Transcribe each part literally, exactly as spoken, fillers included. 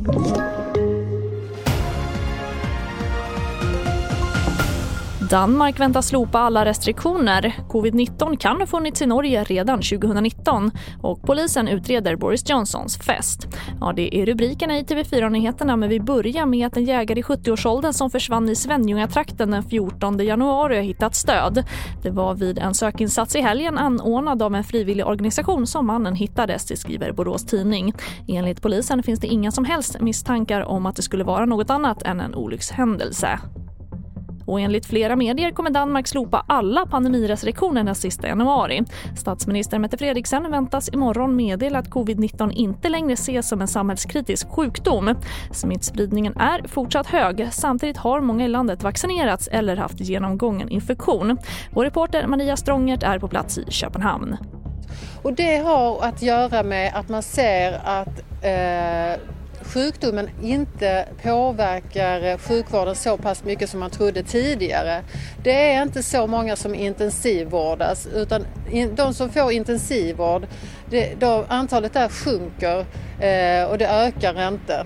Danmark väntas slopa alla restriktioner. covid nitton kan ha funnits i Norge redan tjugonitton och polisen utreder Boris Johnsons fest. Ja, det är rubrikerna i T V fyra-nyheterna, men vi börjar med att en jägare i sjuttio-årsåldern som försvann i Svenljungatrakten den fjortonde januari har hittat stöd. Det var vid en sökinsats i helgen anordnad av en frivillig organisation som mannen hittades, det skriver Borås Tidning. Enligt polisen finns det inga som helst misstankar om att det skulle vara något annat än en olyckshändelse. Och enligt flera medier kommer Danmark slopa alla pandemirestriktioner den sista januari. Statsminister Mette Frederiksen väntas imorgon meddela att covid nitton inte längre ses som en samhällskritisk sjukdom. Smittspridningen är fortsatt hög. Samtidigt har många i landet vaccinerats eller haft genomgången infektion. Vår reporter Maria Strångert är på plats i Köpenhamn. Och det har att göra med att man ser att eh... sjukdomen inte påverkar sjukvården så pass mycket som man trodde tidigare. Det är inte så många som intensivvårdas, utan de som får intensivvård, det, då antalet där sjunker eh, och det ökar inte.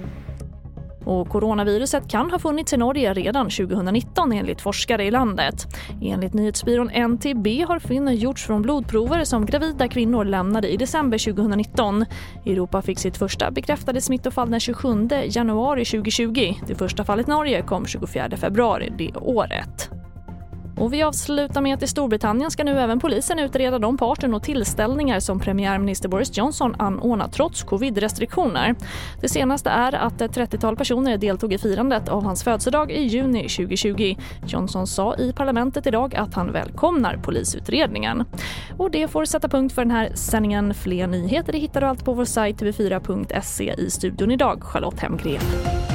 Och coronaviruset kan ha funnits i Norge redan tjugonitton enligt forskare i landet. Enligt nyhetsbyrån N T B har fynd gjorts från blodprover som gravida kvinnor lämnade i december tjugonitton. Europa fick sitt första bekräftade smittofall den tjugosjunde januari tjugotjugo. Det första fallet i Norge kom tjugofjärde februari det året. Och vi avslutar med att i Storbritannien ska nu även polisen utreda de parten och tillställningar som premiärminister Boris Johnson anordnat trots covid-restriktioner. Det senaste är att ett trettiotal personer deltog i firandet av hans födelsedag i juni tjugotjugo. Johnson sa i parlamentet idag att han välkomnar polisutredningen. Och det får sätta punkt för den här sändningen. Fler nyheter hittar du allt på vår sajt t v fyra punkt se. I studion idag Charlotte Hemgren.